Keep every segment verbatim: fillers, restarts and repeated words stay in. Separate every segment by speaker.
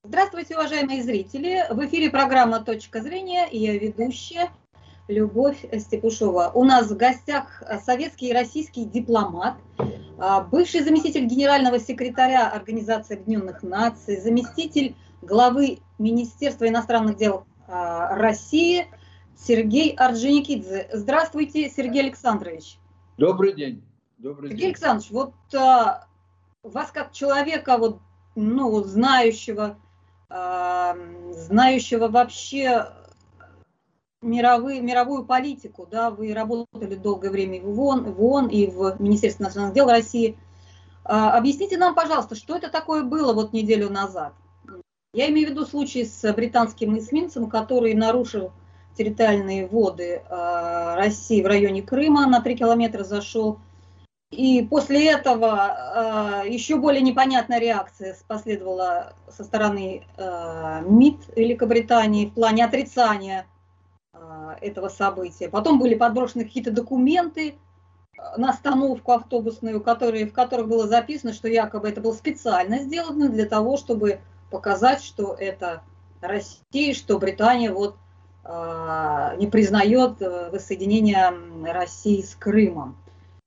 Speaker 1: Здравствуйте, уважаемые зрители! В эфире программа «Точка зрения» и я ведущая Любовь Степушова. У нас в гостях советский и российский дипломат, бывший заместитель генерального секретаря Организации Объединенных Наций, заместитель главы Министерства иностранных дел России Сергей Орджоникидзе. Здравствуйте, Сергей Александрович.
Speaker 2: Добрый день. Добрый
Speaker 1: Сергей
Speaker 2: день.
Speaker 1: Александрович, вот а, вас как человека, вот, ну, знающего, а, знающего вообще мировые, мировую политику, да, вы работали долгое время в ООН, в ООН и в Министерстве иностранных дел России. А, объясните нам, пожалуйста, что это такое было вот неделю назад? Я имею в виду случай с британским эсминцем, который нарушил территориальные воды а, России в районе Крыма, на три километра зашел. И после этого э, еще более непонятная реакция последовала со стороны э, МИД Великобритании в плане отрицания э, этого события. Потом были подброшены какие-то документы на остановку автобусную, которые, в которых было записано, что якобы это было специально сделано для того, чтобы показать, что это Россия, что Британия вот, э, не признает воссоединение России с Крымом.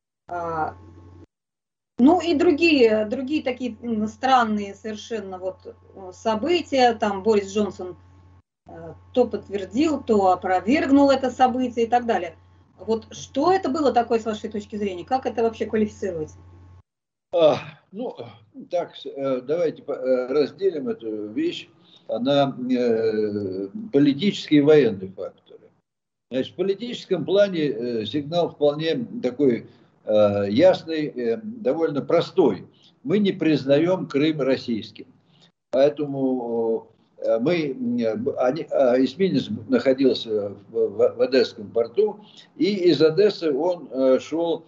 Speaker 1: Ну и другие, другие такие странные совершенно вот события. Там Борис Джонсон то подтвердил, то опровергнул это событие и так далее. Вот что это было такое с вашей точки зрения? Как это вообще квалифицировать?
Speaker 2: А, ну, так, давайте разделим эту вещь на политические и военные факторы. Значит, в политическом плане сигнал вполне такой ясный, довольно простой. Мы не признаем Крым российским. Поэтому мы, они, эсминец находился в, в Одесском порту, и из Одессы он шел,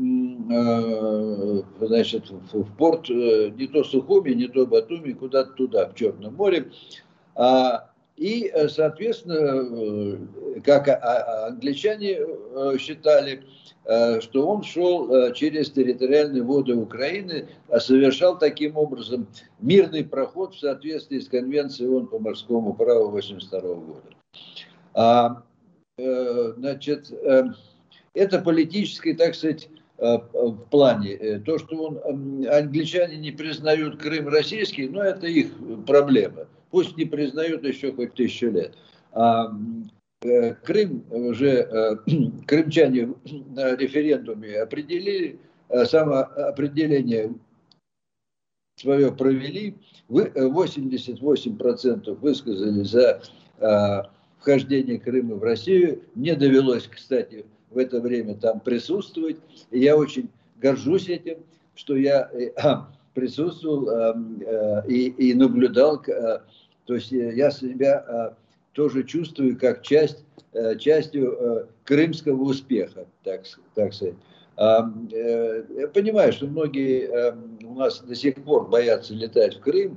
Speaker 2: значит, в порт не то Сухуми, не то Батуми, куда-то туда, в Черном море. И, соответственно, как англичане считали, что он шел через территориальные воды Украины, а совершал таким образом мирный проход в соответствии с Конвенцией ООН по морскому праву восемьдесят второго года. А, значит, это политический, так сказать, в плане. То, что он, англичане не признают Крым российский, но это их проблема. Пусть не признают еще хоть тысячу лет. А Крым уже, крымчане на референдуме определили, самоопределение свое провели, восемьдесят восемь процентов высказали за вхождение Крыма в Россию. Мне довелось, кстати, в это время там присутствовать. И я очень горжусь этим, что я присутствовал и, и наблюдал. То есть я себя тоже чувствую как часть, частью крымского успеха, так, так сказать. Я понимаю, что многие у нас до сих пор боятся летать в Крым,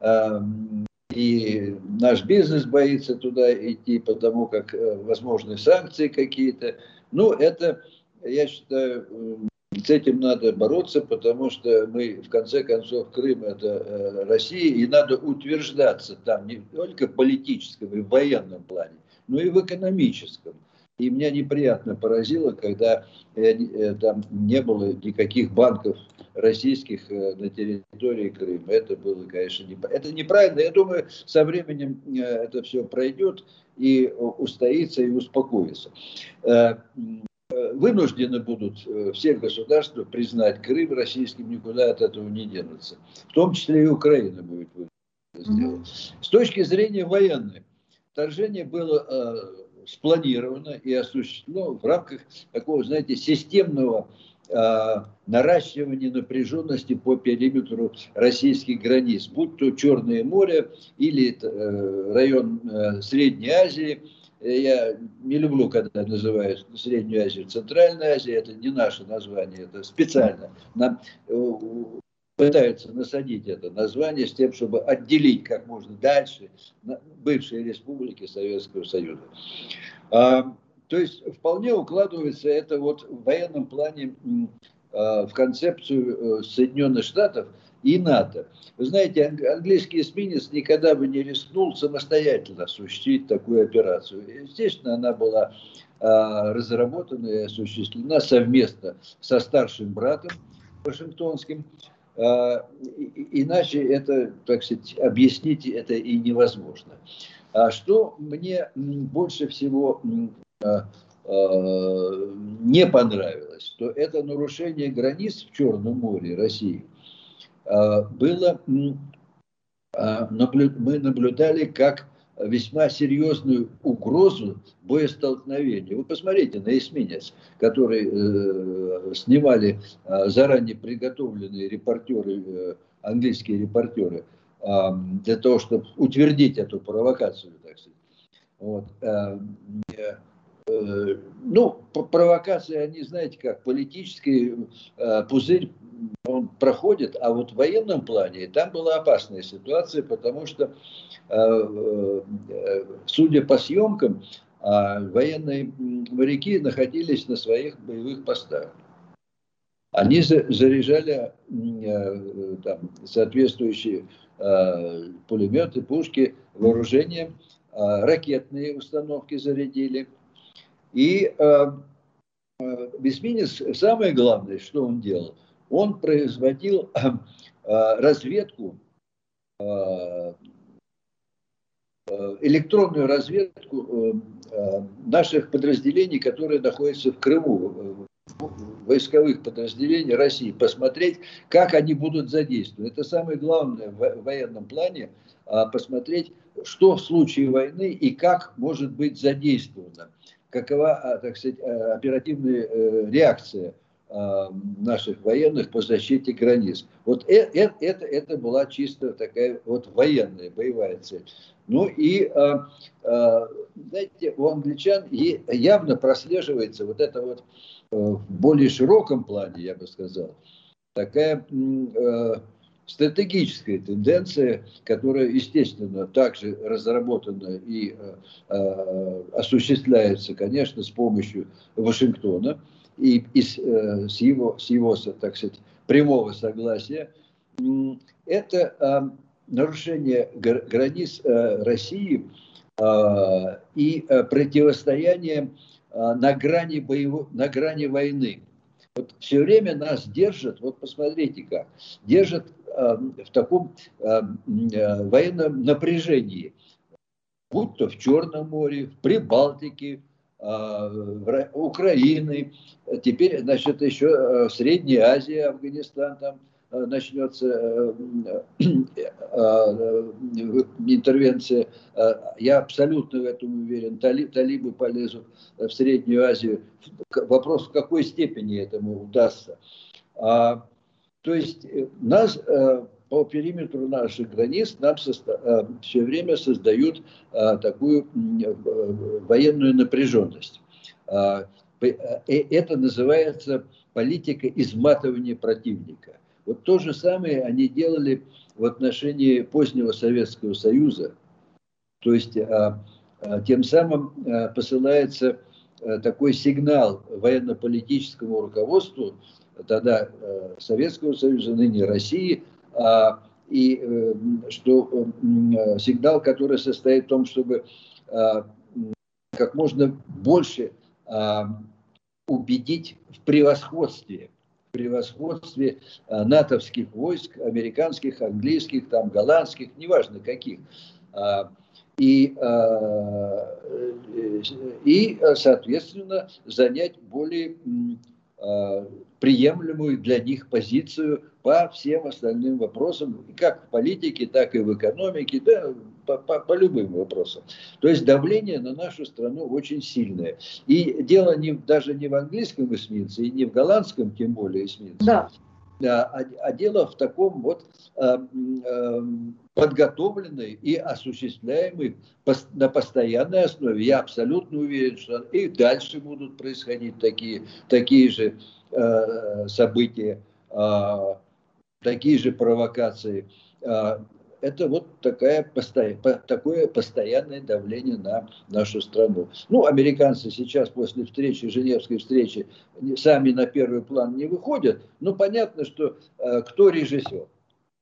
Speaker 2: и наш бизнес боится туда идти, потому как возможны санкции какие-то. Ну, это, я считаю, с этим надо бороться, потому что мы, в конце концов, Крым – это Россия, и надо утверждаться там не только в политическом и в военном плане, но и в экономическом. И меня неприятно поразило, когда там не было никаких банков российских на территории Крыма. Это было, конечно, не, это неправильно. Я думаю, со временем это все пройдет и устоится, и успокоится. Вынуждены будут все государства признать Крым российским, никуда от этого не денутся. В том числе и Украина будет вынуждена сделать. С точки зрения военной, вторжение было спланировано и осуществлено в рамках такого, знаете, системного наращивания напряженности по периметру российских границ, будь то Черное море или район Средней Азии. Я не люблю, когда называют Среднюю Азию Центральной Азией, это не наше название, это специально. Нам пытаются насадить это название с тем, чтобы отделить как можно дальше бывшие республики Советского Союза. А, то есть вполне укладывается это вот в военном плане а, в концепцию Соединенных Штатов. и НАТО. Вы знаете, английский эсминец никогда бы не рискнул самостоятельно осуществить такую операцию. Естественно, она была а, разработана и осуществлена совместно со старшим братом вашингтонским. А, и, иначе это, так сказать, объяснить это и невозможно. А что мне больше всего а, а, не понравилось, то это нарушение границ в Черном море России. Было, мы наблюдали как весьма серьезную угрозу боестолкновения. Вы посмотрите на эсминец, который э, снимали э, заранее приготовленные репортеры, э, английские репортеры, э, для того, чтобы утвердить эту провокацию, так сказать. Вот. Э, э, ну, провокации, они, знаете, как политический э, пузырь, он проходит, а вот в военном плане там была опасная ситуация, потому что, судя по съемкам, военные моряки находились на своих боевых постах. Они заряжали там соответствующие пулеметы, пушки, вооружение, ракетные установки зарядили. И эсминец, самое главное, что он делал, он производил э, разведку, э, электронную разведку э, наших подразделений, которые находятся в Крыму, войсковых подразделений России, посмотреть, как они будут задействованы. Это самое главное в военном плане, посмотреть, что в случае войны и как может быть задействовано, какова, так сказать, оперативная реакция наших военных по защите границ. Вот это, это, это была чисто такая вот военная, боевая цель. Ну и, знаете, у англичан явно прослеживается вот это вот в более широком плане, я бы сказал, такая стратегическая тенденция, которая, естественно, также разработана и осуществляется, конечно, с помощью Вашингтона, и, и с, э, с его, с его, так сказать, прямого согласия, это э, нарушение границ э, России э, и э, противостояние э, на грани боевой, на грани войны. Вот все время нас держат, вот посмотрите как, держат э, в таком э, э, военном напряжении, будь то в Черном море, в Прибалтике, Украины, теперь, значит, еще в Средней Азии, Афганистан, там начнется интервенция. Я абсолютно в этом уверен. Талибы полезут в Среднюю Азию. Вопрос, в какой степени этому удастся. То есть нас по периметру наших границ нам состо... все время создают а, такую военную напряженность. А, это называется политика изматывания противника. Вот то же самое они делали в отношении позднего Советского Союза. То есть а, а, тем самым а, посылается а, такой сигнал военно-политическому руководству тогда а, Советского Союза, ныне России, А, и э, что э, сигнал, который состоит в том, чтобы э, как можно больше э, убедить в превосходстве, в превосходстве э, натовских войск, американских, английских, там, голландских, неважно каких. Э, и, э, и, соответственно, занять более э, приемлемую для них позицию по всем остальным вопросам, как в политике, так и в экономике, да, по, по, по любым вопросам. То есть давление на нашу страну очень сильное. И дело не, даже не в английском эсминце, и не в голландском, тем более эсминце,
Speaker 1: да.
Speaker 2: А, а дело в таком вот э, э, подготовленной и осуществляемой пос, на постоянной основе. Я абсолютно уверен, что и дальше будут происходить такие, такие же э, события, э, такие же провокации. Э, это вот такая, постоя, по, такое постоянное давление на нашу страну. Ну, американцы сейчас после встречи, Женевской встречи, сами на первый план не выходят, но понятно, что э, кто режиссер.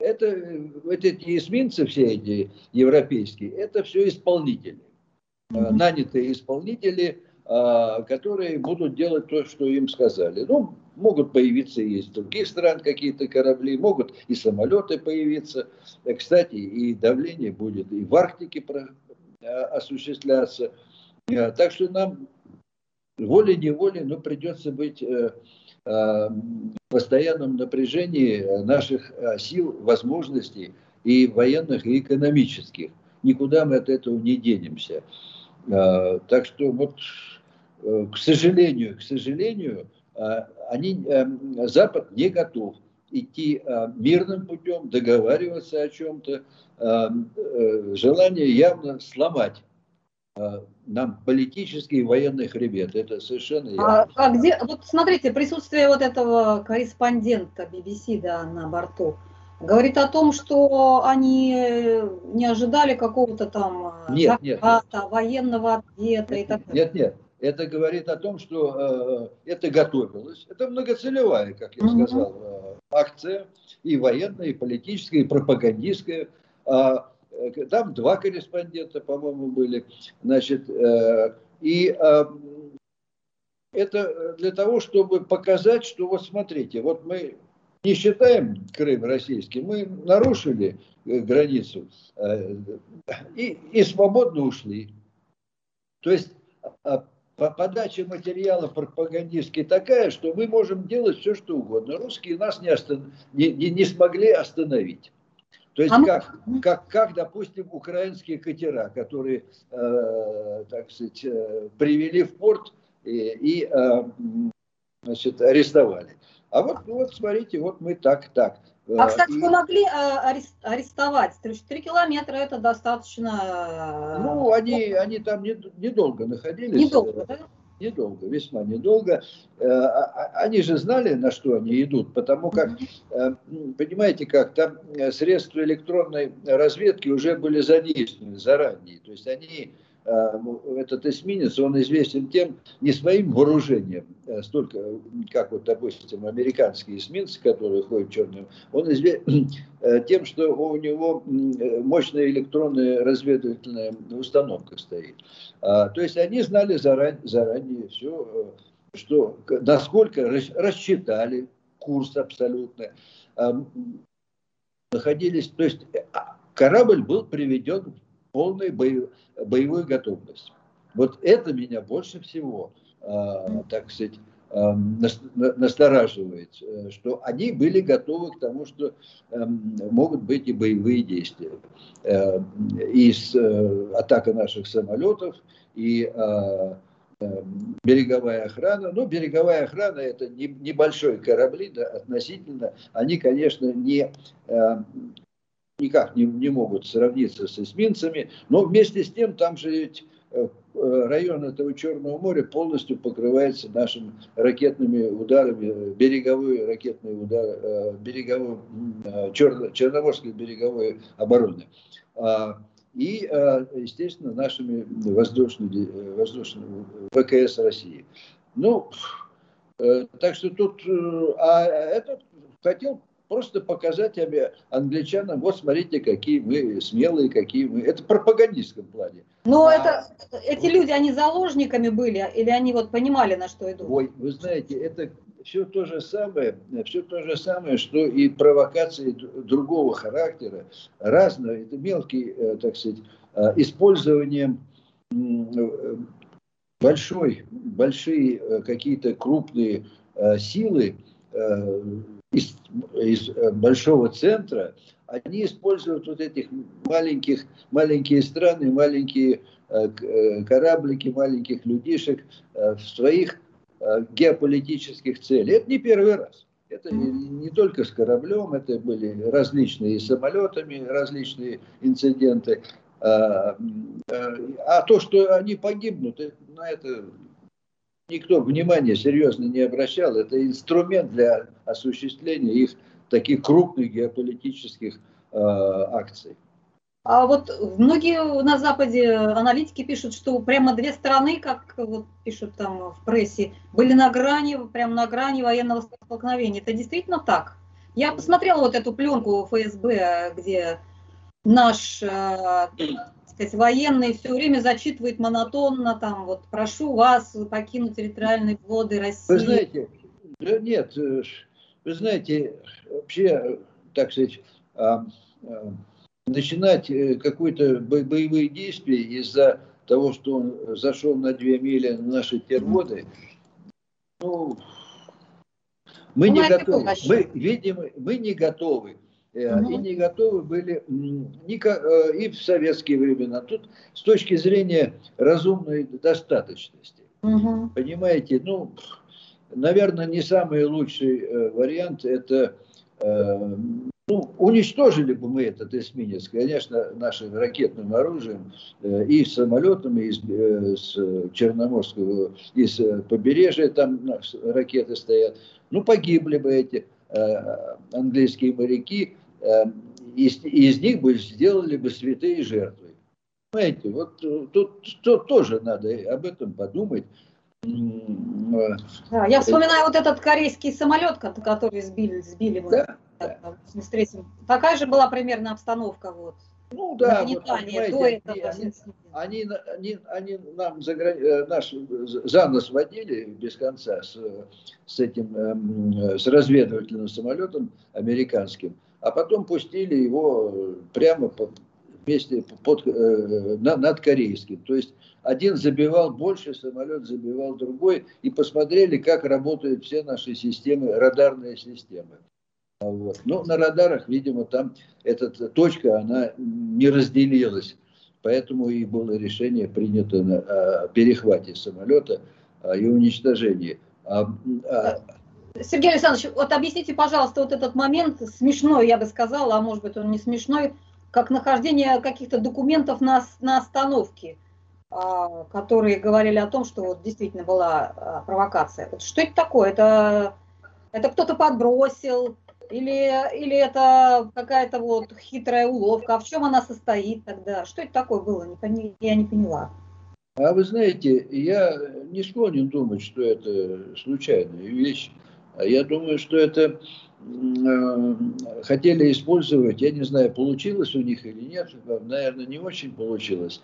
Speaker 2: это, вот эти эсминцы все эти европейские, это все исполнители. Mm-hmm. Нанятые исполнители, которые будут делать то, что им сказали. Ну, могут появиться и из других стран какие-то корабли, могут и самолеты появиться. Кстати, и давление будет и в Арктике осуществляться. Так что нам волей-неволей, но придется быть в постоянном напряжении наших сил, возможностей и военных, и экономических. Никуда мы от этого не денемся. Так что вот, к сожалению, к сожалению, они, Запад не готов идти мирным путем, договариваться о чем-то. Желание явно сломать нам политический и военный хребет. Это совершенно ясно.
Speaker 1: А, а где, вот смотрите, присутствие вот этого корреспондента би би си, да, на борту говорит о том, что они не ожидали какого-то там
Speaker 2: нет,
Speaker 1: захвата,
Speaker 2: нет.
Speaker 1: военного ответа и так далее.
Speaker 2: Нет, нет. Это говорит о том, что э, это готовилось. Это многоцелевая, как я mm-hmm. сказал, э, акция. И военная, и политическая, и пропагандистская. А, э, там два корреспондента, по-моему, были. Значит, э, и э, это для того, чтобы показать, что вот смотрите, вот мы не считаем Крым российским, мы нарушили границу э, и, и свободно ушли. То есть подача материала пропагандистский такая, что мы можем делать все, что угодно. Русские нас не, остан... не, не, не смогли остановить. То есть а как, мы... как, как, допустим, украинские катера, которые, э, так сказать, э, привели в порт и, и э, значит, арестовали. А вот, вот смотрите, вот мы так, так.
Speaker 1: А, кстати, и... вы могли арестовать? Три километра это достаточно...
Speaker 2: Ну, они, они там недолго находились.
Speaker 1: Недолго, да?
Speaker 2: Недолго, весьма недолго. Они же знали, на что они идут, потому как, понимаете как, там средства электронной разведки уже были задействованы заранее. То есть они... Этот эсминец, он известен тем, не своим вооружением, столько, как вот, допустим, американские эсминцы, которые ходят черным, он известен тем, что у него мощная электронная разведывательная установка стоит. То есть они знали заранее, заранее все, что, насколько рассчитали курс абсолютно, находились, то есть корабль был приведен полной боевой, боевой готовности. Вот это меня больше всего, э, так сказать, э, настораживает, что они были готовы к тому, что э, могут быть и боевые действия. Э, и с, э, атака наших самолетов, и э, э, береговая охрана. Ну, береговая охрана — это не, небольшой корабли, да, относительно. Они, конечно, не... Э, никак не, не могут сравниться с эсминцами, но вместе с тем там же ведь район этого Черного моря полностью покрывается нашими ракетными ударами, береговой ракетный удар, береговой, черно, черноморской береговой обороны. И, естественно, нашими воздушными, воздушными ВКС России. Ну, так что тут, а этот хотел просто показать англичанам, вот смотрите, какие мы смелые, какие мы. Это в пропагандистском плане.
Speaker 1: Но а, это, эти люди, они заложниками были, или они вот понимали, на что идут?
Speaker 2: Ой, вы знаете, это все то же самое, все то же самое, что и провокации другого характера, разные, это мелкие, так сказать, использованием большой, большие какие-то крупные силы Из, из большого центра, они используют вот этих маленьких, маленькие страны, маленькие э, кораблики, маленьких людишек э, в своих э, геополитических целях. Это не первый раз. Это не, не только с кораблем, это были различные с самолетами, различные инциденты. А, а то, что они погибнут, на это... Никто внимания серьезно не обращал. Это инструмент для осуществления их таких крупных геополитических э, акций.
Speaker 1: А вот многие на Западе аналитики пишут, что прямо две страны, как вот пишут там в прессе, были на грани, прямо на грани военного столкновения. Это действительно так? Я посмотрела вот эту пленку ФСБ, где наш, э, так сказать, военный все время зачитывает монотонно, там, вот, прошу вас покинуть территориальные воды России.
Speaker 2: Вы знаете, да нет, вы знаете, вообще, так сказать, начинать какие-то боевые действия из-за того, что он зашел на две мили на наши терводы, ну, мы ну, не готовы. Мы, видимо, мы не готовы. Угу. И не готовы были и в советские времена. Тут с точки зрения разумной достаточности. Угу. Понимаете, ну, наверное, не самый лучший вариант это... Ну, уничтожили бы мы этот эсминец, конечно, нашим ракетным оружием, и самолетом, и с Черноморского, и с побережья, там ракеты стоят. Ну, погибли бы эти английские моряки, и из них бы сделали бы святые жертвы. Понимаете, вот тут, тут тоже надо об этом подумать.
Speaker 1: Да, я вспоминаю вот этот корейский самолет, который сбили, сбили мы. Да. Такая же была примерно обстановка. Вот.
Speaker 2: Ну да, вот, понимаете, они, они, они, они нам за, наш, за нос водили без конца с, с этим, с разведывательным самолетом американским, а потом пустили его прямо по, вместе под, над корейским. То есть один забивал больше, самолет забивал другой, и посмотрели, как работают все наши системы, радарные системы. Вот. Но на радарах, видимо, там эта точка, она не разделилась. Поэтому и было решение принято на о перехвате самолета а, и уничтожении. А,
Speaker 1: а... Сергей Александрович, вот объясните, пожалуйста, вот этот момент смешной, я бы сказала, а может быть он не смешной, как нахождение каких-то документов на, на остановке, а, которые говорили о том, что вот действительно была а, провокация. Вот что это такое? Это, это кто-то подбросил? Или, или это какая-то вот хитрая уловка? А в чем она состоит тогда? Что это такое было? Не, я не поняла.
Speaker 2: А вы знаете, я не склонен думать, что это случайная вещь. Я думаю, что это э, хотели использовать, я не знаю, получилось у них или нет, наверное, не очень получилось,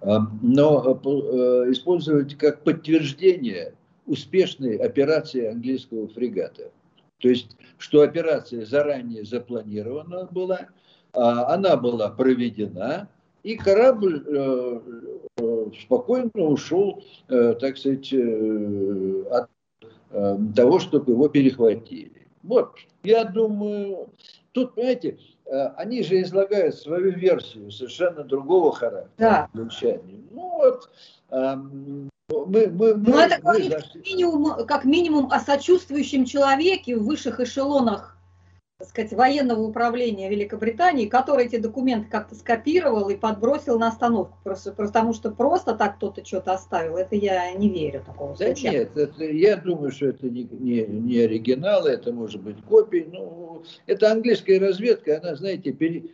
Speaker 2: но э, использовать как подтверждение успешной операции английского фрегата. То есть, что операция заранее запланирована была, она была проведена, и корабль э, э, спокойно ушел, э, так сказать, э, от э, того, чтобы его перехватили. Вот, я думаю, тут, понимаете, э, они же излагают свою версию совершенно другого характера.
Speaker 1: Да.
Speaker 2: Ну вот, э, Мы, мы,
Speaker 1: Но
Speaker 2: мы,
Speaker 1: это
Speaker 2: мы
Speaker 1: говорит
Speaker 2: зашли.
Speaker 1: как минимум, как минимум о сочувствующем человеке в высших эшелонах, так сказать, военного управления Великобритании, который эти документы как-то скопировал и подбросил на остановку. Просто, потому что просто так кто-то что-то оставил, это я не верю такого
Speaker 2: Да
Speaker 1: случая.
Speaker 2: нет, это, я думаю, что это не, не, не оригиналы, это может быть копии. Ну, это английская разведка, она, знаете, пере,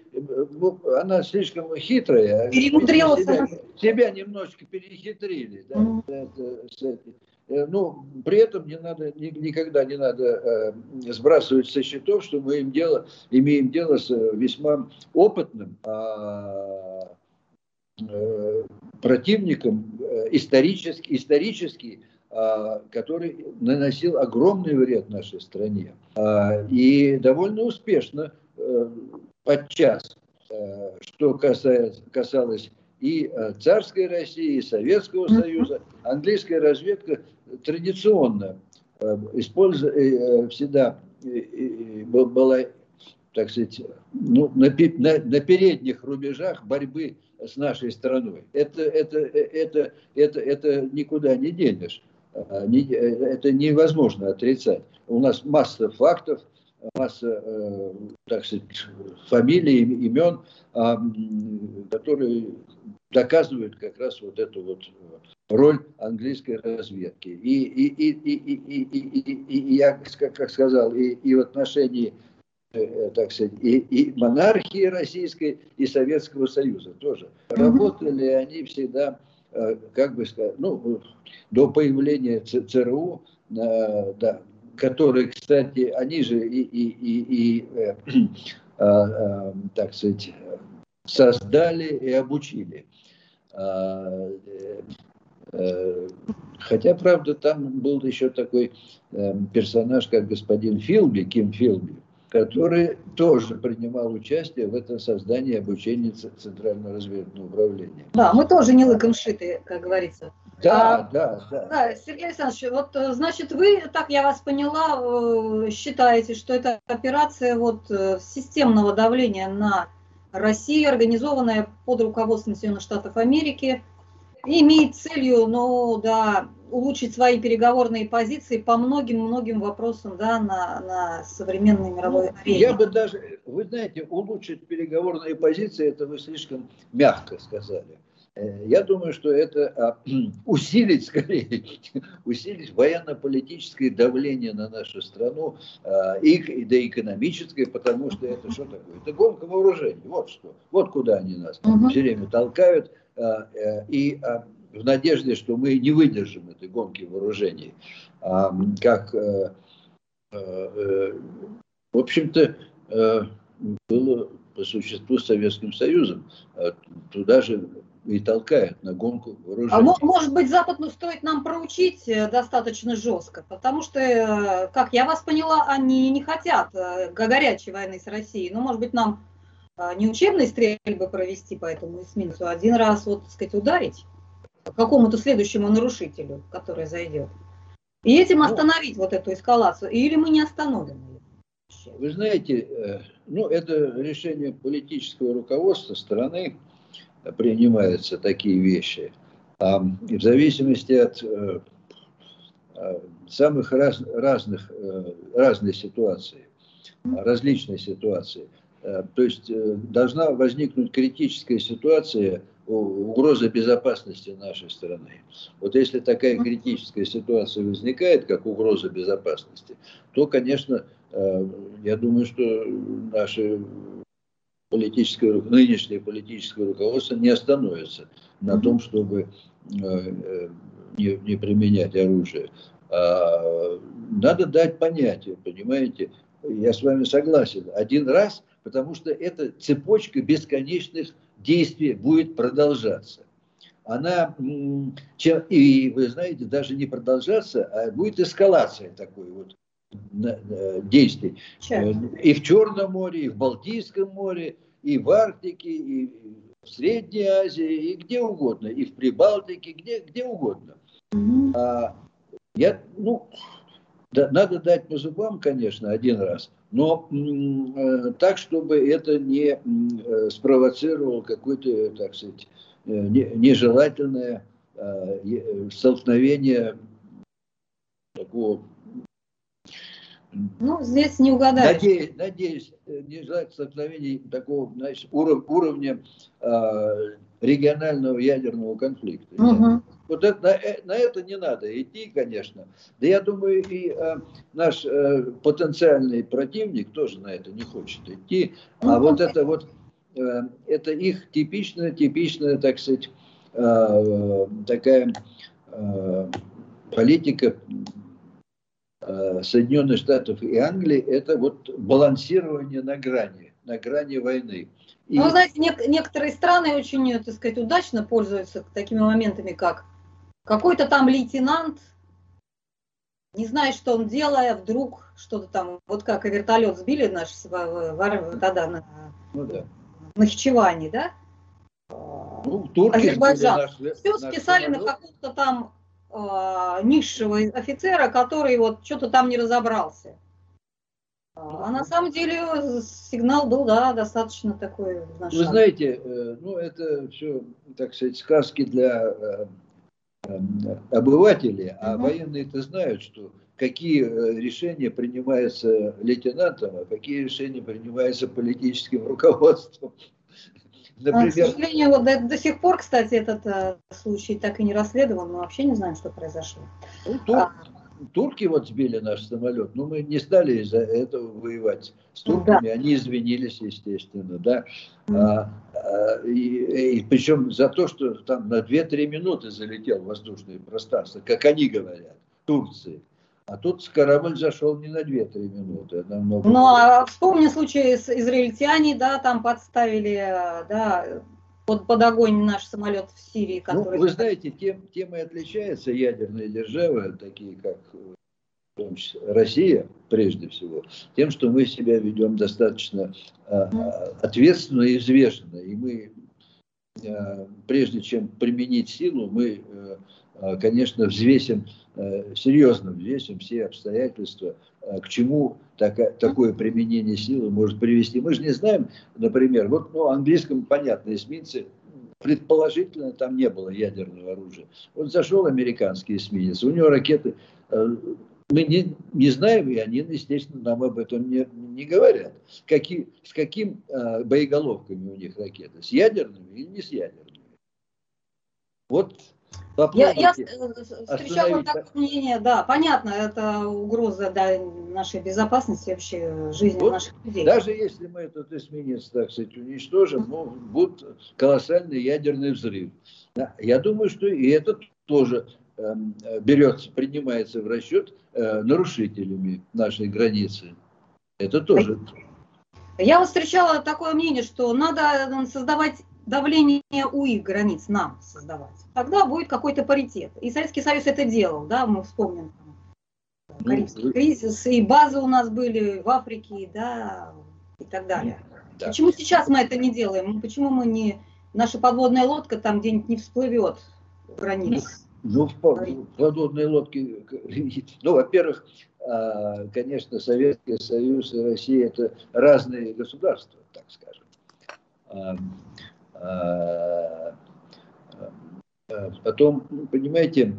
Speaker 2: она слишком хитрая.
Speaker 1: Перемудрилась.
Speaker 2: Себя, себя немножечко перехитрили. Да? Mm. Это, ну, при этом не надо, ни, никогда не надо э, сбрасывать со счетов, что мы им дело, имеем дело с весьма опытным а, э, противником, э, исторически, исторически а, который наносил огромный вред нашей стране. А, и довольно успешно э, подчас, э, что касается, касалось и царской России, и Советского Союза, английская разведка традиционно использовала, всегда была, так сказать, ну, на, на, на передних рубежах борьбы с нашей страной. Это, это, это, это, это никуда не денешь. Это невозможно отрицать. У нас масса фактов, масса, так сказать, фамилий, имен, которые доказывают как раз вот эту вот роль английской разведки. И, и, и, и, и, и, и, и я, как сказал, и, и в отношении, так сказать, и, и монархии российской, и Советского Союза тоже. Работали они всегда, как бы сказать, ну, до появления ЦРУ, да, которые, кстати, они же и, и, и, и э, э, э, так сказать, создали и обучили. Э, э, хотя, правда, там был еще такой э, персонаж, как господин Филби, Ким Филби, который тоже принимал участие в этом создании обучения Центрального разведывательного управления.
Speaker 1: Да, мы тоже не лыком шиты, как говорится.
Speaker 2: Да,
Speaker 1: а,
Speaker 2: да, да.
Speaker 1: Да, Сергей Александрович, вот, значит, вы, так я вас поняла, считаете, что это операция вот системного давления на Россию, организованная под руководством Соединенных Штатов Америки, и имеет целью, ну, да, улучшить свои переговорные позиции по многим-многим вопросам, да, на, на современной мировой арене.
Speaker 2: Я бы даже, вы знаете, улучшить переговорные позиции, это вы слишком мягко сказали. Я думаю, что это усилить, скорее, усилить военно-политическое давление на нашу страну, и да экономическое, потому что это что такое? Это гонка вооружений, вот что, вот куда они нас угу. все время толкают, и в надежде, что мы не выдержим этой гонки вооружений, как, в общем-то, было по существу с Советским Союзом, туда же и толкают на гонку вооружений.
Speaker 1: А может быть, Запад ну, стоит нам проучить достаточно жестко, потому что, как я вас поняла, они не хотят горячей войны с Россией. Но, может быть, нам не учебной стрельбы провести по этому эсминцу, а один раз, вот, так сказать, ударить какому-то следующему нарушителю, который зайдет. И этим остановить ну, вот эту эскалацию. Или мы не остановим ее?
Speaker 2: Вы знаете, ну, это решение политического руководства страны, принимаются такие вещи. И в зависимости от самых раз, разных, разных ситуаций, различной ситуации. То есть должна возникнуть критическая ситуация, угроза безопасности нашей страны. Вот если такая критическая ситуация возникает, как угроза безопасности, то, конечно, я думаю, что наши политическое, нынешнее политическое руководство не остановится на том, чтобы не, не применять оружие. А надо дать понятие, понимаете, я с вами согласен, один раз, потому что эта цепочка бесконечных действий будет продолжаться. Она, и вы знаете, даже не продолжаться, а будет эскалация такой вот действий. И в Черном море, и в Балтийском море, и в Арктике, и в Средней Азии, и где угодно, и в Прибалтике, где, где угодно. Mm-hmm. А, я, ну, да, надо дать по зубам, конечно, один раз, но м, так, чтобы это не м, спровоцировало какое-то, так сказать, не, нежелательное э, столкновение такого.
Speaker 1: Ну, здесь не угадаешь.
Speaker 2: Надеюсь, надеюсь не желать столкновений такого, значит, уров, уровня э, регионального ядерного конфликта. Угу. Вот это, на, на это не надо идти, конечно. Да я думаю, и э, наш э, потенциальный противник тоже на это не хочет идти. А угу. вот это вот, э, это их типичная, типичная, так сказать, э, такая э, политика Соединенных Штатов и Англии, это вот балансирование на грани, на грани войны. И...
Speaker 1: Ну, вы знаете, не, некоторые страны очень, так сказать, удачно пользуются такими моментами, как какой-то там лейтенант, не знает, что он делает, вдруг что-то там, вот как и вертолет сбили наш тогда на ну, да. Нахичевани, да?
Speaker 2: Ну, турки
Speaker 1: Азербайджан. Все списали на какого-то там э, низшего офицера, который вот что-то там не разобрался. А на самом деле сигнал был, да, достаточно такой.
Speaker 2: Вы знаете, э, ну это все, так сказать, сказки для э, э, обывателей, а угу. военные-то знают, что какие решения принимаются лейтенантом, а какие решения принимаются политическим руководством.
Speaker 1: Например... К сожалению, вот до, до сих пор, кстати, этот э, случай так и не расследован, мы вообще не знаем, что произошло.
Speaker 2: Ну, тур... а... Турки вот сбили наш самолет, но мы не стали из-за этого воевать с турками, да. Они извинились, естественно, да. Mm. А, а, и, и причем за то, что там на две-три минуты залетел в воздушное пространство, как они говорят, Турции. А тут корабль зашел не на две-три минуты, а намного.
Speaker 1: Ну, а вспомни случай с израильтяне, да, там подставили, да, под, под огонь наш самолет в Сирии, который...
Speaker 2: Ну, вы знаете, тем, тем и отличаются ядерные державы, такие как Россия, прежде всего, тем, что мы себя ведем достаточно ответственно и взвешенно. И мы, прежде чем применить силу, мы, конечно, взвесим, серьезно взвесим все обстоятельства, к чему такое, такое применение силы может привести. Мы же не знаем, например, вот ну, английском понятно, эсминцы, предположительно, там не было ядерного оружия. Вот зашел американский эсминец, у него ракеты, мы не, не знаем, и они, естественно, нам об этом не, не говорят. Какие, с каким э, боеголовками у них ракеты? С ядерными или не с ядерными? Вот
Speaker 1: я, я встречала такое мнение, да, понятно, это угроза да, нашей безопасности, вообще жизни вот, наших людей.
Speaker 2: Даже если мы этот эсминец, так сказать, уничтожим, ну, будет колоссальный ядерный взрыв. Да, я думаю, что и это тоже э, берется, принимается в расчет э, нарушителями нашей границы. Это тоже.
Speaker 1: Я вот встречала такое мнение, что надо создавать давление у их границ, нам создавать. Тогда будет какой-то паритет. И Советский Союз это делал, да, мы вспомним там, Карибский ну, кризис, и базы у нас были в Африке, да, и так далее. Да. Почему сейчас мы это не делаем? Почему мы не, наша подводная лодка там где-нибудь не всплывет в границу?
Speaker 2: Ну, в подводной лодке, ну, во-первых, конечно, Советский Союз и Россия это разные государства, так скажем. Потом, понимаете,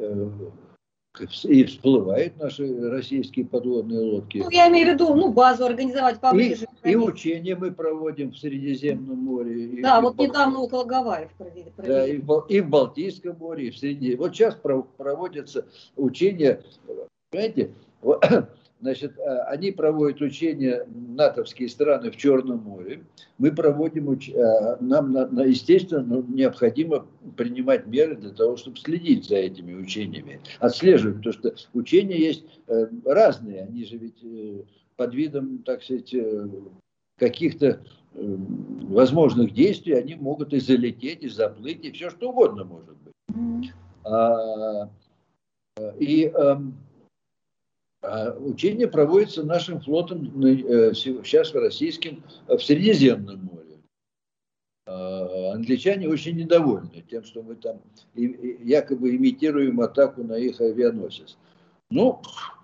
Speaker 2: и всплывают наши российские подводные лодки.
Speaker 1: Ну, я имею в виду, ну, базу организовать поближе.
Speaker 2: И, и учения мы проводим в Средиземном море.
Speaker 1: Да,
Speaker 2: и
Speaker 1: вот
Speaker 2: в
Speaker 1: недавно около Гавайев провели.
Speaker 2: Да, и в, и в Балтийском море, и в Среди. Вот сейчас проводятся учения, понимаете, значит, они проводят учения, натовские страны в Черном море. Мы проводим, уч... нам, естественно, необходимо принимать меры для того, чтобы следить за этими учениями, отслеживать, потому что учения есть разные, они же ведь под видом, так сказать, каких-то возможных действий, они могут и залететь, и заплыть, и все что угодно может быть. А, и учение проводится нашим флотом сейчас российским в Средиземном море. Англичане очень недовольны тем, что мы там якобы имитируем атаку на их авианосец. Ну,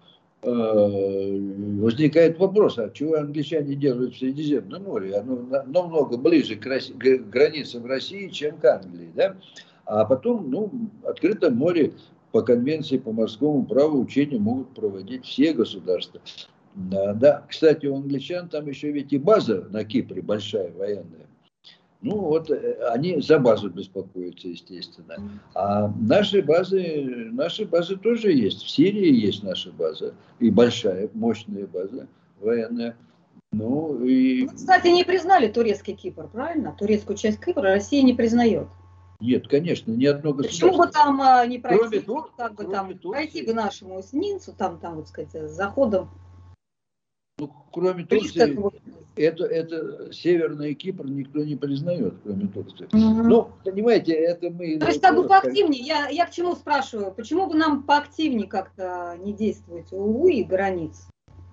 Speaker 2: возникает вопрос, а чего англичане делают в Средиземном море? Оно намного ближе к, России, к границам России, чем к Англии. Да? А потом, ну, в открытом море по конвенции по морскому праву учения могут проводить все государства. Да, да. Кстати, у англичан там еще ведь и база на Кипре большая, военная. Ну вот они за базу беспокоятся, естественно. А наши базы, наши базы тоже есть. В Сирии есть наша база. И большая, мощная база военная. Ну, и...
Speaker 1: Вы, кстати, не признали турецкий Кипр, правильно? Турецкую часть Кипра Россия не признает.
Speaker 2: Нет, конечно, ни одно государство.
Speaker 1: Почему бы там а, не пройти,
Speaker 2: кроме тур,
Speaker 1: как бы
Speaker 2: кроме
Speaker 1: там,
Speaker 2: Турции.
Speaker 1: пройти бы нашему эсминцу, там, там, вот сказать, с заходом?
Speaker 2: Ну, кроме Турции, это, это Северный Кипр никто не признает, кроме Турции. Угу. Ну, понимаете, это мы...
Speaker 1: То есть, как бы поактивнее, я, я к чему спрашиваю, почему бы нам поактивнее как-то не действовать у их границ?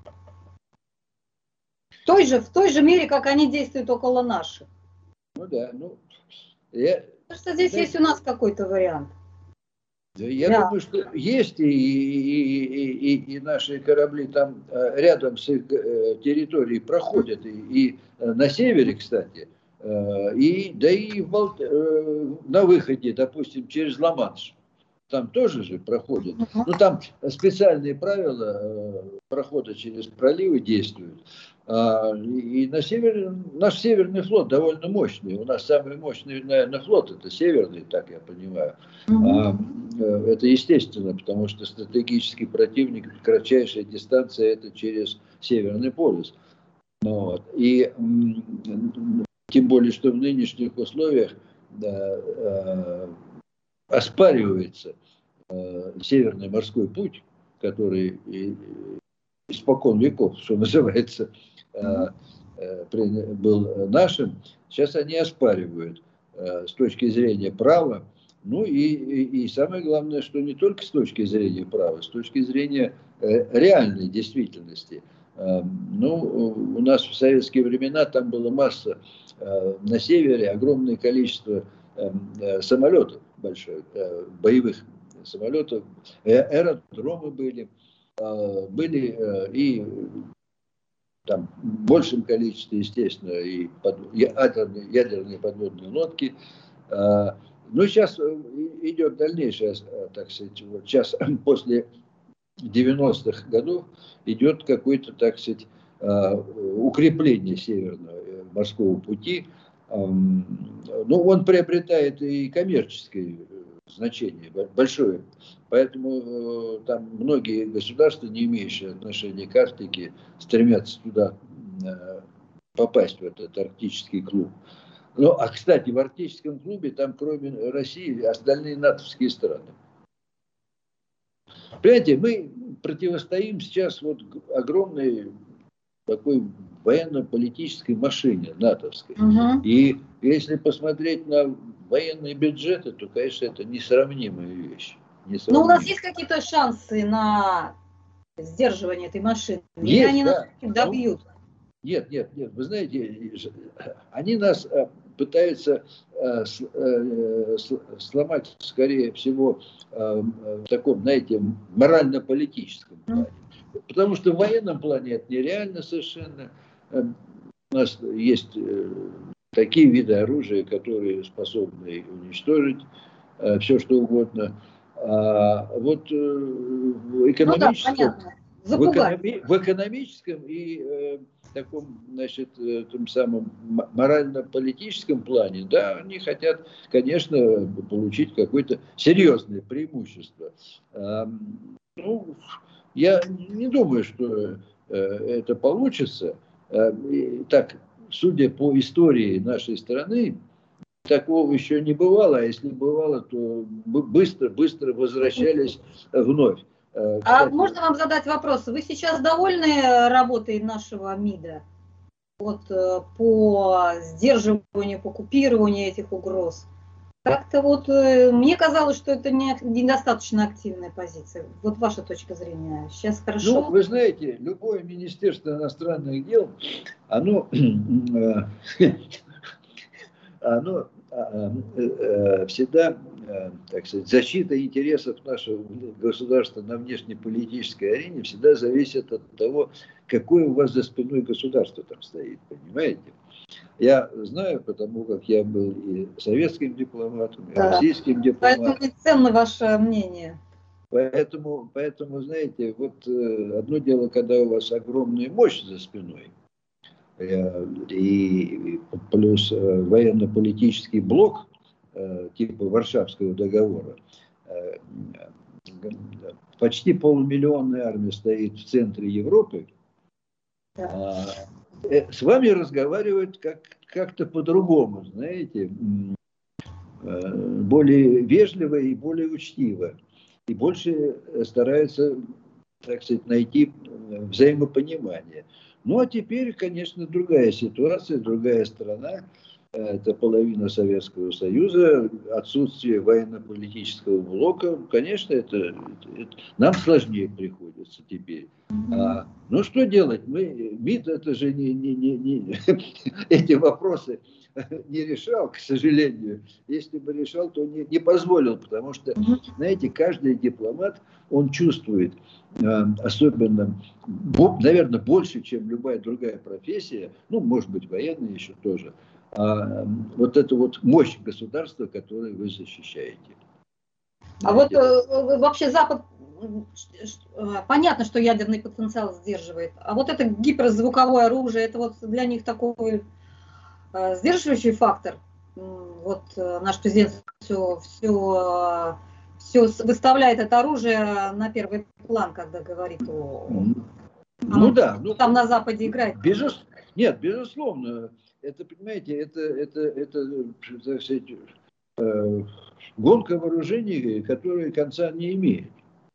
Speaker 1: В той же, в той же мере, как они действуют около наших.
Speaker 2: Ну да, ну... Я...
Speaker 1: Потому что здесь да. есть у нас какой-то вариант.
Speaker 2: Я да. думаю, что есть, и, и, и, и, и наши корабли там рядом с их территорией проходят, и, и на севере, кстати, и, да и в Балт... на выходе, допустим, через Ла-Манш. Там тоже же проходят. Ну, там специальные правила прохода через проливы действуют. И на севере, наш северный флот довольно мощный. У нас самый мощный, наверное, флот, это северный, так я понимаю. Mm-hmm. Это естественно, потому что стратегический противник, кратчайшая дистанция, это через Северный полюс. Вот. И тем более, что в нынешних условиях да, оспаривается Северный морской путь, который испокон веков, что называется, был нашим, сейчас они оспаривают с точки зрения права. Ну и, и, и самое главное, что не только с точки зрения права, с точки зрения реальной действительности. Ну, у нас в советские времена там была масса на севере, огромное количество самолетов больших, боевых самолетов, аэродромы были, были и там в большем количестве, естественно, и под, ядерные, ядерные подводные лодки. Но сейчас идет дальнейшее, так сказать, вот сейчас после девяностых годов идет какое-то, так сказать, укрепление Северного морского пути. Ну, он приобретает и коммерческое значение большое. Поэтому там многие государства, не имеющие отношения к Арктике, стремятся туда попасть, в этот арктический клуб. Ну, а, кстати, в арктическом клубе там, кроме России, остальные натовские страны. Понимаете, мы противостоим сейчас вот огромной такой военно-политической машине натовской. Угу. И если посмотреть на военные бюджеты, то, конечно, это несравнимая вещь.
Speaker 1: Но у нас есть какие-то шансы на сдерживание этой машины?
Speaker 2: Есть,
Speaker 1: или они
Speaker 2: да.
Speaker 1: нас добьют?
Speaker 2: Ну, нет, нет, нет. Вы знаете, они нас пытаются сломать, скорее всего, в таком, знаете, морально-политическом плане. Потому что в военном плане это нереально совершенно. У нас есть такие виды оружия, которые способны уничтожить все, что угодно. А вот в экономическом, ну, да, в, экономи, в экономическом и э, таком, значит, том самом морально-политическом плане, да, они хотят, конечно, получить какое-то серьезное преимущество. А, ну, я не думаю, что э, это получится. А, и, так, судя по истории нашей страны, такого еще не бывало, а если бывало, то быстро-быстро возвращались вновь.
Speaker 1: Кстати, а можно вам задать вопрос? Вы сейчас довольны работой нашего МИДа вот, по сдерживанию, по купированию этих угроз? Как-то вот мне казалось, что это не, недостаточно активная позиция. Вот ваша точка зрения. Сейчас хорошо?
Speaker 2: Ну, вы знаете, любое министерство иностранных дел, оно... оно всегда, так сказать, защита интересов нашего государства на внешнеполитической арене всегда зависит от того, какое у вас за спиной государство там стоит, понимаете? Я знаю, потому как я был и советским дипломатом, и да. российским дипломатом.
Speaker 1: Поэтому ценно ваше мнение.
Speaker 2: Поэтому, поэтому, знаете, вот одно дело, когда у вас огромная мощь за спиной, и плюс военно-политический блок типа Варшавского договора. Почти полумиллионная армия стоит в центре Европы. Да. С вами разговаривают как, как-то по-другому, знаете, более вежливо и более учтиво. И больше стараются, так сказать, найти взаимопонимание. Ну, а теперь, конечно, другая ситуация, другая страна. Это половина Советского Союза, отсутствие военно-политического блока. Конечно, это, это, это нам сложнее приходится теперь. А, ну, что делать? Мы, МИД это же не, не, не, не эти вопросы не решал, к сожалению. Если бы решал, то не, не позволил, потому что, знаете, каждый дипломат, он чувствует, особенно, наверное, больше, чем любая другая профессия, ну, может быть, военная еще тоже, а вот эту вот мощь государства, которое вы защищаете.
Speaker 1: А вот э, вообще Запад, понятно, что ядерный потенциал сдерживает, а вот это гиперзвуковое оружие, это вот для них такой э, сдерживающий фактор. Вот э, наш президент все, все, все выставляет это оружие на первый план, когда говорит о...
Speaker 2: Ну да. Ну,
Speaker 1: там на Западе играет.
Speaker 2: Безус... Нет, безусловно. Это, понимаете, это, это, это, так сказать, э, гонка вооружений, которая конца не имеет.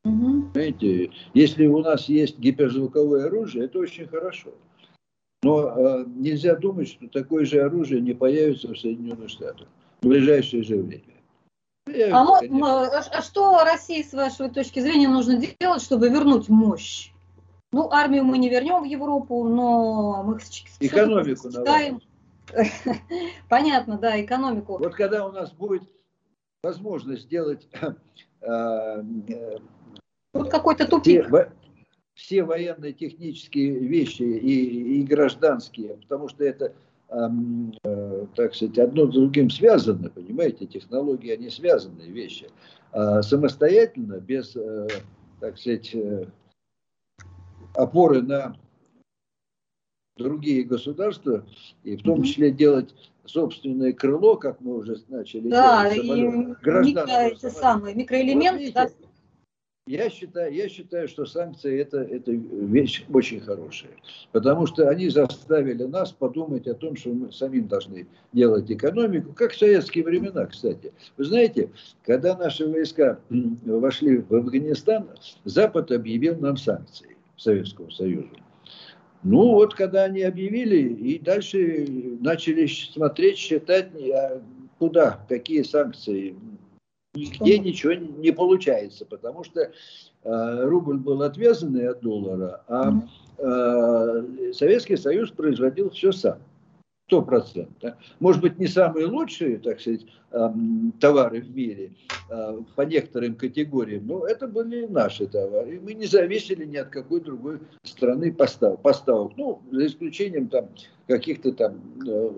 Speaker 1: Угу.
Speaker 2: Понимаете? Если у нас есть гиперзвуковое оружие, это очень хорошо. Но э, нельзя думать, что такое же оружие не появится в Соединенных Штатах в ближайшее же время.
Speaker 1: А, а, а что России, с вашей точки зрения, нужно делать, чтобы вернуть мощь? Ну, армию мы не вернем в Европу, но мы
Speaker 2: экономику
Speaker 1: считаем. Понятно, да, экономику.
Speaker 2: Вот когда у нас будет возможность сделать э,
Speaker 1: вот какой-то тупик.
Speaker 2: Все, все военно-технические вещи и, и гражданские, потому что это, э, так сказать, одно с другим связано, понимаете, технологии, они связанные вещи. А самостоятельно, без, э, так сказать, э, опоры на другие государства, и в том числе делать собственное крыло, как мы уже начали
Speaker 1: да,
Speaker 2: делать,
Speaker 1: самолет, и микро, эти самые микроэлементы. Вот, да.
Speaker 2: Я считаю, я считаю, что санкции это, это вещь очень хорошая, потому что они заставили нас подумать о том, что мы самим должны делать экономику, как в советские времена, кстати. Вы знаете, когда наши войска вошли в Афганистан, Запад объявил нам санкции Советскому Союзу. Ну вот, когда они объявили, и дальше начали смотреть, считать, куда, какие санкции. Нигде ничего не получается, потому что э, рубль был отвязанный от доллара, а э, Советский Союз производил все сам, сто процентов. Может быть, не самые лучшие, так сказать, э, товары в мире э, по некоторым категориям, но это были наши товары. Мы не зависели ни от какой другой страны постав, поставок, ну, за исключением там каких-то там... Э,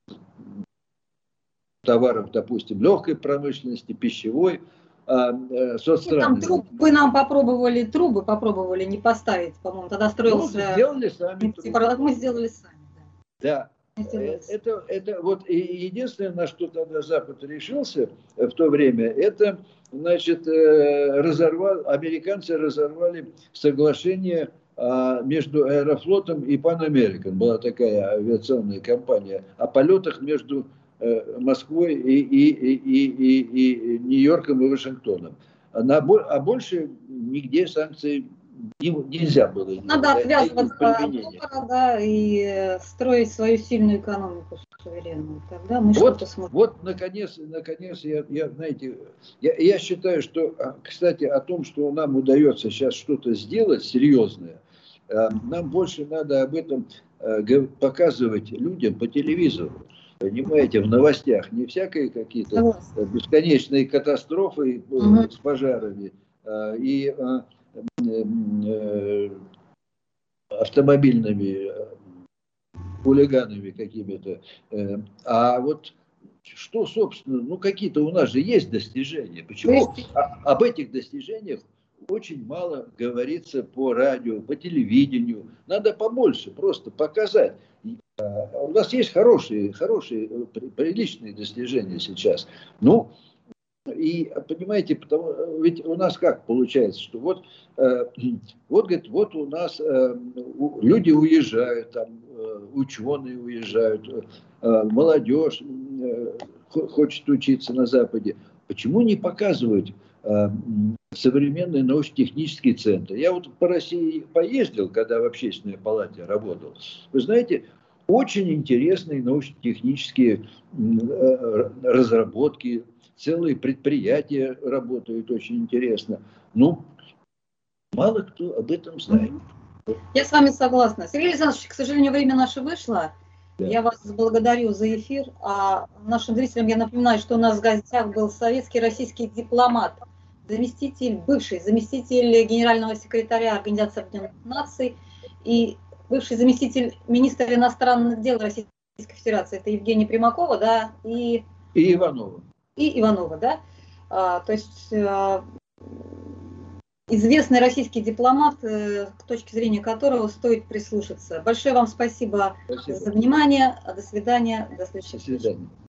Speaker 2: товаров, допустим, легкой промышленности, пищевой, э, соцстраны.
Speaker 1: Трубы нам попробовали, трубы попробовали не поставить, по-моему, тогда строился...
Speaker 2: Ну, сделали сами.
Speaker 1: Мы сделали сами,
Speaker 2: да. Да. Это, это вот и единственное, на что тогда Запад решился в то время, это, значит, разорвал, американцы разорвали соглашение между Аэрофлотом и Pan American. Была такая авиационная компания о полетах между Москвой и, и, и, и, и Нью-Йорком и Вашингтоном. А, на, а больше нигде санкций не, нельзя было.
Speaker 1: Надо отвязываться от доллара, да, и строить свою сильную экономику суверенную. Тогда мы
Speaker 2: вот,
Speaker 1: что-то сможем.
Speaker 2: Вот, наконец, наконец я, я, знаете, я, я считаю, что, кстати, о том, что нам удается сейчас что-то сделать серьезное, нам больше надо об этом показывать людям по телевизору. Понимаете, в новостях не всякие какие-то бесконечные катастрофы угу. с пожарами а, и а, а, автомобильными хулиганами какими-то. А вот что, собственно, ну какие-то у нас же есть достижения. Почему а, об этих достижениях очень мало говорится по радио, по телевидению? Надо побольше просто показать. У нас есть хорошие, хорошие, приличные достижения сейчас. Ну, и понимаете, потому, ведь у нас как получается, что вот, э, вот, говорит, вот у нас э, люди уезжают, там, э, ученые уезжают, э, молодежь э, хочет учиться на Западе. Почему не показывать э, современный научно-технический центр? Я вот по России поездил, когда в общественной палате работал. Вы знаете, очень интересные научно-технические разработки, целые предприятия работают очень интересно. Ну, мало кто об этом знает.
Speaker 1: Я с вами согласна. Сергей Александрович, к сожалению, время наше вышло. Да. Я вас благодарю за эфир. А нашим зрителям я напоминаю, что у нас в гостях был советский российский дипломат, заместитель, бывший заместитель генерального секретаря Организации Объединенных Наций и бывший заместитель министра иностранных дел Российской Федерации, это Евгения Примакова, да, и...
Speaker 2: И Иванова.
Speaker 1: И Иванова, да. А, то есть а, известный российский дипломат, э, к точке зрения которого стоит прислушаться. Большое вам спасибо, спасибо. за внимание. До свидания. До следующей встречи.